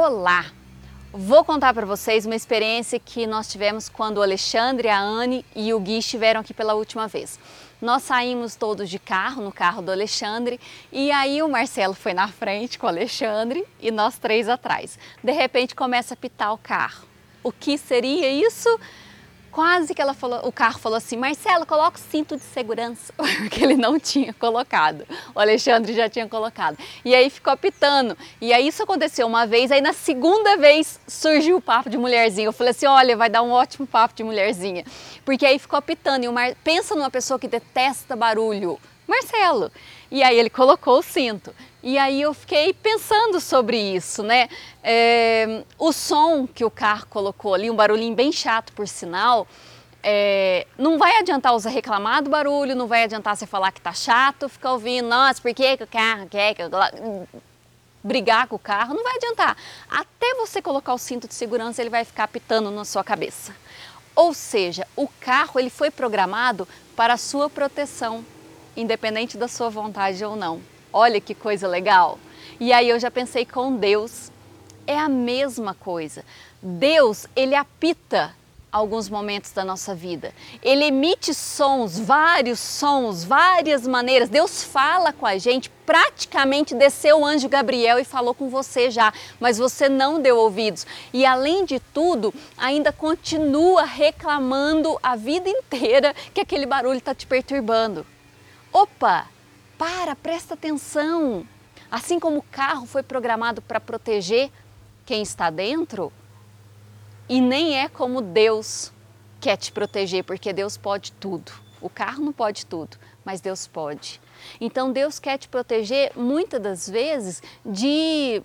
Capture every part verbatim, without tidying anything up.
Olá! Vou contar para vocês uma experiência que nós tivemos quando o Alexandre, a Anne e o Gui estiveram aqui pela última vez. Nós saímos todos de carro, no carro do Alexandre, e aí o Marcelo foi na frente com o Alexandre e nós três atrás. De repente começa a pitar o carro. O que seria isso? Quase que ela falou, o carro falou assim: Marcelo, coloca o cinto de segurança, porque ele não tinha colocado, o Alexandre já tinha colocado. E aí ficou apitando, e aí isso aconteceu uma vez, aí na segunda vez surgiu o papo de mulherzinha. Eu falei assim: olha, vai dar um ótimo papo de mulherzinha, porque aí ficou apitando, e o Mar... pensa numa pessoa que detesta barulho, Marcelo. E aí ele colocou o cinto. E aí eu fiquei pensando sobre isso, né? É, o som que o carro colocou ali, um barulhinho bem chato por sinal, é, não vai adiantar você reclamar do barulho, não vai adiantar você falar que tá chato, ficar ouvindo, nossa, por que, que o carro quer que eu... brigar com o carro, não vai adiantar. Até você colocar o cinto de segurança, ele vai ficar apitando na sua cabeça. Ou seja, o carro ele foi programado para a sua proteção, independente da sua vontade ou não. Olha que coisa legal! E aí eu já pensei com Deus, é a mesma coisa. Deus, ele apita alguns momentos da nossa vida. Ele emite sons, vários sons, várias maneiras. Deus fala com a gente, praticamente desceu o anjo Gabriel e falou com você já, mas você não deu ouvidos. E além de tudo, ainda continua reclamando a vida inteira que aquele barulho está te perturbando. Opa, para, presta atenção. Assim como o carro foi programado para proteger quem está dentro, e nem é como Deus quer te proteger, porque Deus pode tudo. O carro não pode tudo, mas Deus pode. Então Deus quer te proteger muitas das vezes de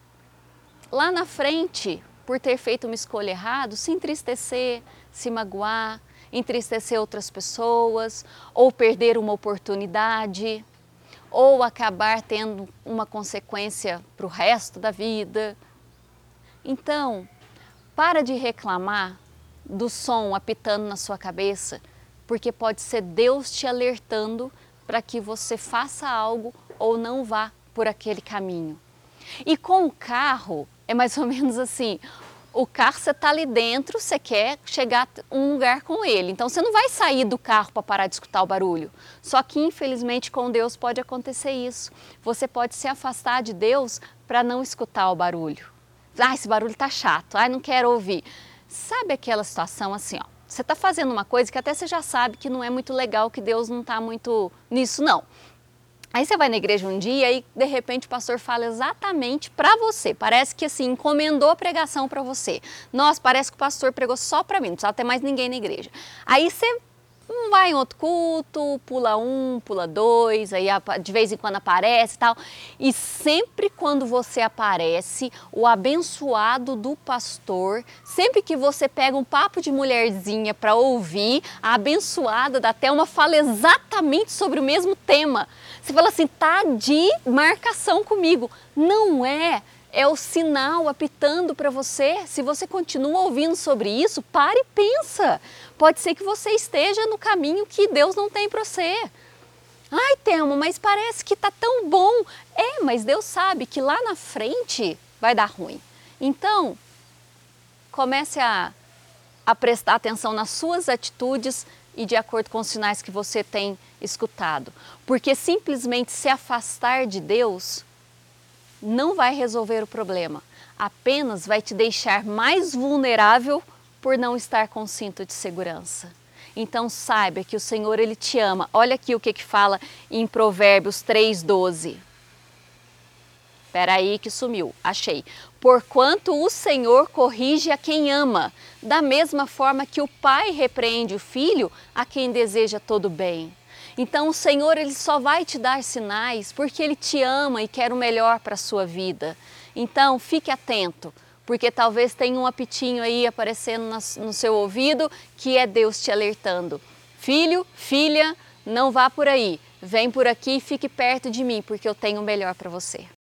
lá na frente, por ter feito uma escolha errada, se entristecer, se magoar, entristecer outras pessoas, ou perder uma oportunidade, ou acabar tendo uma consequência para o resto da vida. Então, para de reclamar do som apitando na sua cabeça, porque pode ser Deus te alertando para que você faça algo ou não vá por aquele caminho. E com o carro, é mais ou menos assim. O carro, você está ali dentro, você quer chegar a um lugar com ele. Então você não vai sair do carro para parar de escutar o barulho. Só que infelizmente com Deus pode acontecer isso. Você pode se afastar de Deus para não escutar o barulho. Ah, esse barulho está chato, ah, não quero ouvir. Sabe aquela situação assim, ó, você está fazendo uma coisa que até você já sabe que não é muito legal, que Deus não está muito nisso não. Aí você vai na igreja um dia e de repente o pastor fala exatamente para você, parece que assim, encomendou a pregação para você. Nossa, parece que o pastor pregou só para mim, não precisa ter mais ninguém na igreja. Aí você vai em outro culto, pula um, pula dois, aí de vez em quando aparece e tal. E sempre quando você aparece, o abençoado do pastor, sempre que você pega um papo de mulherzinha para ouvir, a abençoada da Thelma fala exatamente sobre o mesmo tema. Você fala assim, tá de marcação comigo. Não é, é o sinal apitando para você. Se você continua ouvindo sobre isso, pare e pensa. Pode ser que você esteja no caminho que Deus não tem para você. Ai, Thelma, mas parece que tá tão bom. É, mas Deus sabe que lá na frente vai dar ruim. Então, comece a, a prestar atenção nas suas atitudes e de acordo com os sinais que você tem escutado. Porque simplesmente se afastar de Deus não vai resolver o problema. Apenas vai te deixar mais vulnerável por não estar com cinto de segurança. Então saiba que o Senhor, Ele te ama. Olha aqui o que que fala em Provérbios três, doze. Espera aí que sumiu, achei. Porquanto o Senhor corrige a quem ama, da mesma forma que o pai repreende o filho a quem deseja todo bem. Então o Senhor, Ele só vai te dar sinais porque Ele te ama e quer o melhor para a sua vida. Então fique atento, porque talvez tenha um apitinho aí aparecendo no seu ouvido que é Deus te alertando. Filho, filha, não vá por aí, vem por aqui e fique perto de mim, porque eu tenho o melhor para você.